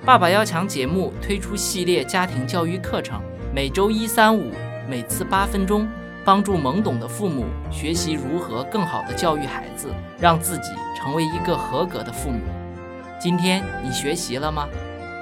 爸爸要强节目推出系列家庭教育课程，每周1、3、5，每次8分钟，帮助懵懂的父母学习如何更好地教育孩子，让自己成为一个合格的父母。今天你学习了吗？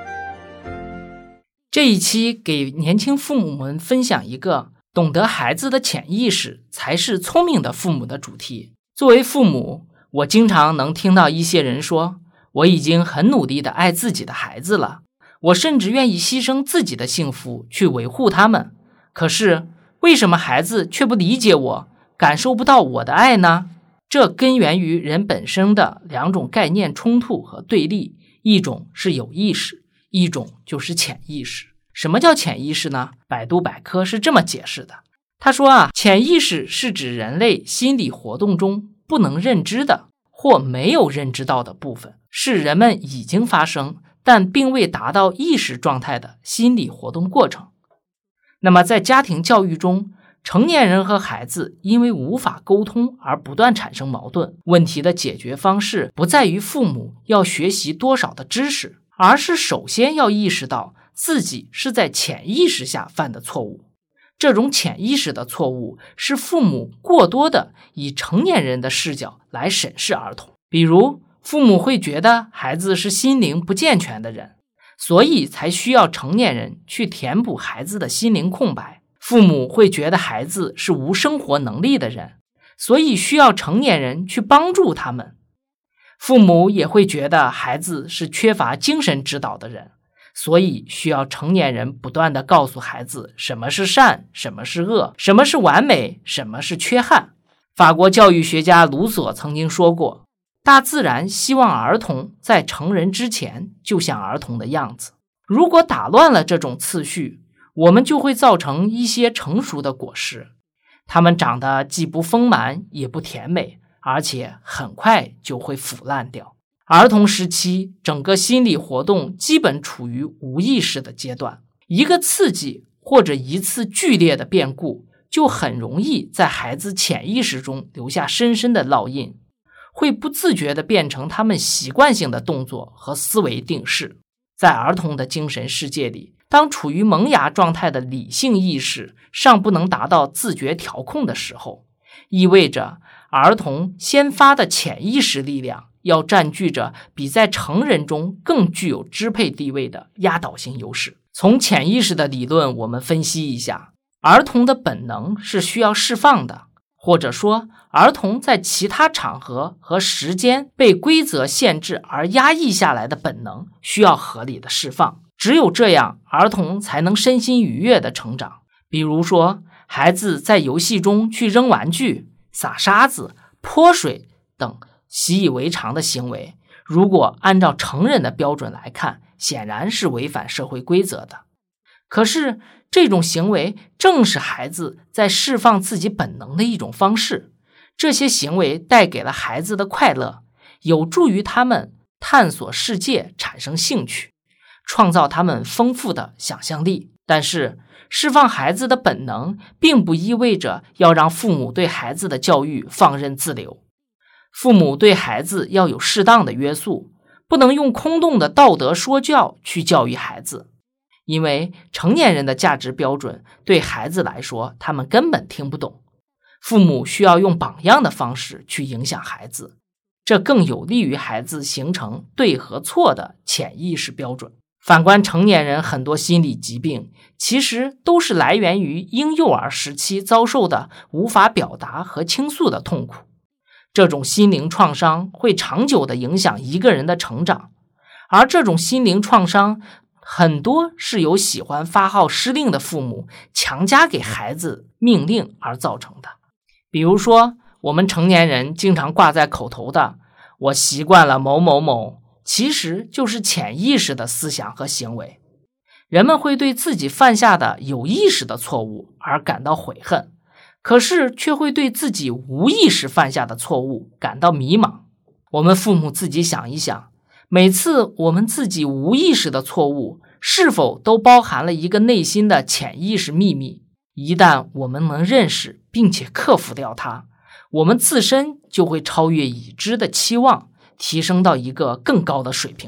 这一期给年轻父母们分享一个懂得孩子的潜意识才是聪明的父母的主题。作为父母，我经常能听到一些人说，我已经很努力地爱自己的孩子了，我甚至愿意牺牲自己的幸福去维护他们。可是为什么孩子却不理解我，感受不到我的爱呢？这根源于人本身的两种概念冲突和对立，一种是有意识，一种就是潜意识。什么叫潜意识呢？百度百科是这么解释的，他说潜意识是指人类心理活动中不能认知的或没有认知到的部分，是人们已经发生但并未达到意识状态的心理活动过程。那么在家庭教育中，成年人和孩子因为无法沟通而不断产生矛盾，问题的解决方式不在于父母要学习多少的知识，而是首先要意识到自己是在潜意识下犯的错误。这种潜意识的错误是父母过多的以成年人的视角来审视儿童。比如，父母会觉得孩子是心灵不健全的人，所以才需要成年人去填补孩子的心灵空白。父母会觉得孩子是无生活能力的人，所以需要成年人去帮助他们。父母也会觉得孩子是缺乏精神指导的人，所以需要成年人不断地告诉孩子什么是善，什么是恶，什么是完美，什么是缺憾。法国教育学家卢索曾经说过，大自然希望儿童在成人之前就像儿童的样子。如果打乱了这种次序，我们就会造成一些成熟的果实，它们长得既不丰满也不甜美，而且很快就会腐烂掉。儿童时期，整个心理活动基本处于无意识的阶段，一个刺激或者一次剧烈的变故，就很容易在孩子潜意识中留下深深的烙印，会不自觉地变成他们习惯性的动作和思维定式。在儿童的精神世界里，当处于萌芽状态的理性意识尚不能达到自觉调控的时候，意味着儿童先发的潜意识力量要占据着比在成人中更具有支配地位的压倒性优势。从潜意识的理论，我们分析一下，儿童的本能是需要释放的，或者说儿童在其他场合和时间被规则限制而压抑下来的本能需要合理的释放。只有这样，儿童才能身心愉悦地成长。比如说，孩子在游戏中去扔玩具、撒沙子、泼水等习以为常的行为，如果按照成人的标准来看，显然是违反社会规则的。可是，这种行为正是孩子在释放自己本能的一种方式。这些行为带给了孩子的快乐，有助于他们探索世界，产生兴趣，创造他们丰富的想象力。但是，释放孩子的本能并不意味着要让父母对孩子的教育放任自流。父母对孩子要有适当的约束，不能用空洞的道德说教去教育孩子，因为成年人的价值标准对孩子来说，他们根本听不懂。父母需要用榜样的方式去影响孩子，这更有利于孩子形成对和错的潜意识标准。反观成年人，很多心理疾病其实都是来源于婴幼儿时期遭受的无法表达和倾诉的痛苦。这种心灵创伤会长久地影响一个人的成长，而这种心灵创伤很多是由喜欢发号施令的父母强加给孩子命令而造成的。比如说，我们成年人经常挂在口头的“我习惯了某某某”，其实就是潜意识的思想和行为。人们会对自己犯下的有意识的错误而感到悔恨，可是却会对自己无意识犯下的错误感到迷茫。我们父母自己想一想，每次我们自己无意识的错误，是否都包含了一个内心的潜意识秘密？一旦我们能认识并且克服掉它，我们自身就会超越已知的期望，提升到一个更高的水平上。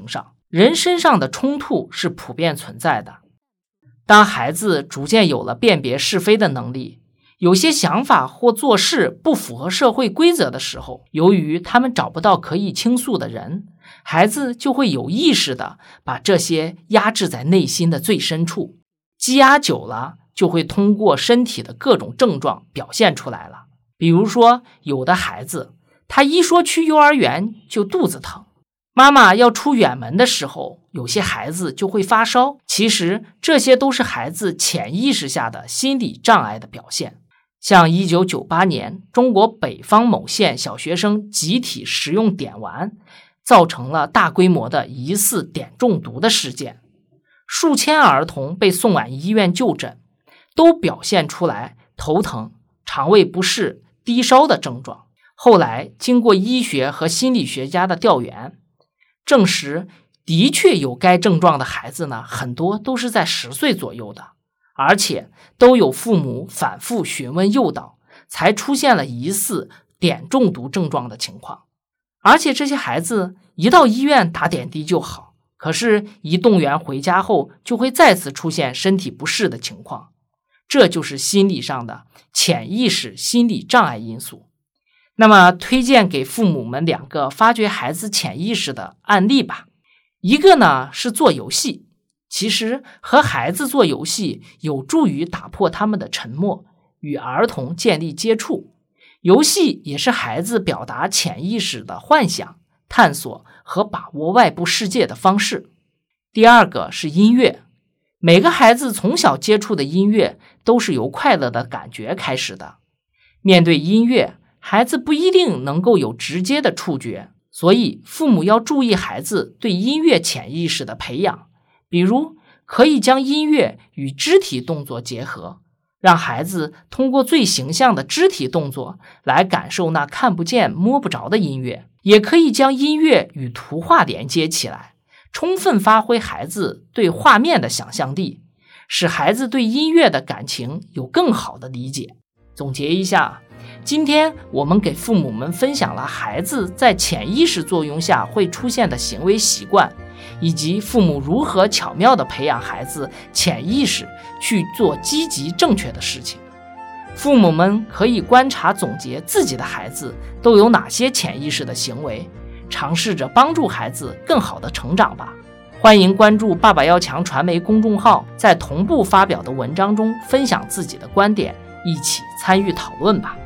人身上的冲突是普遍存在的。当孩子逐渐有了辨别是非的能力，有些想法或做事不符合社会规则的时候，由于他们找不到可以倾诉的人，孩子就会有意识地把这些压制在内心的最深处，积压久了就会通过身体的各种症状表现出来了。比如说，有的孩子他一说去幼儿园就肚子疼，妈妈要出远门的时候，有些孩子就会发烧，其实这些都是孩子潜意识下的心理障碍的表现。像1998年中国北方某县小学生集体食用碘丸，造成了大规模的疑似碘中毒的事件，数千儿童被送往医院就诊，都表现出来头疼、肠胃不适、低烧的症状。后来经过医学和心理学家的调研，证实的确有该症状的孩子呢，很多都是在10岁左右的，而且都有父母反复询问诱导，才出现了疑似碘中毒症状的情况。而且这些孩子一到医院打点滴就好，可是一动员回家后就会再次出现身体不适的情况，这就是心理上的潜意识心理障碍因素。那么推荐给父母们2个发掘孩子潜意识的案例吧。一个呢是做游戏，其实和孩子做游戏有助于打破他们的沉默，与儿童建立接触。游戏也是孩子表达潜意识的幻想、探索和把握外部世界的方式。第二个是音乐，每个孩子从小接触的音乐都是由快乐的感觉开始的。面对音乐，孩子不一定能够有直接的触觉，所以父母要注意孩子对音乐潜意识的培养，比如可以将音乐与肢体动作结合，让孩子通过最形象的肢体动作来感受那看不见摸不着的音乐，也可以将音乐与图画连接起来，充分发挥孩子对画面的想象力，使孩子对音乐的感情有更好的理解。总结一下，今天我们给父母们分享了孩子在潜意识作用下会出现的行为习惯，以及父母如何巧妙地培养孩子潜意识去做积极正确的事情。父母们可以观察总结自己的孩子都有哪些潜意识的行为，尝试着帮助孩子更好的成长吧。欢迎关注爸爸要强传媒公众号，在同步发表的文章中分享自己的观点，一起参与讨论吧。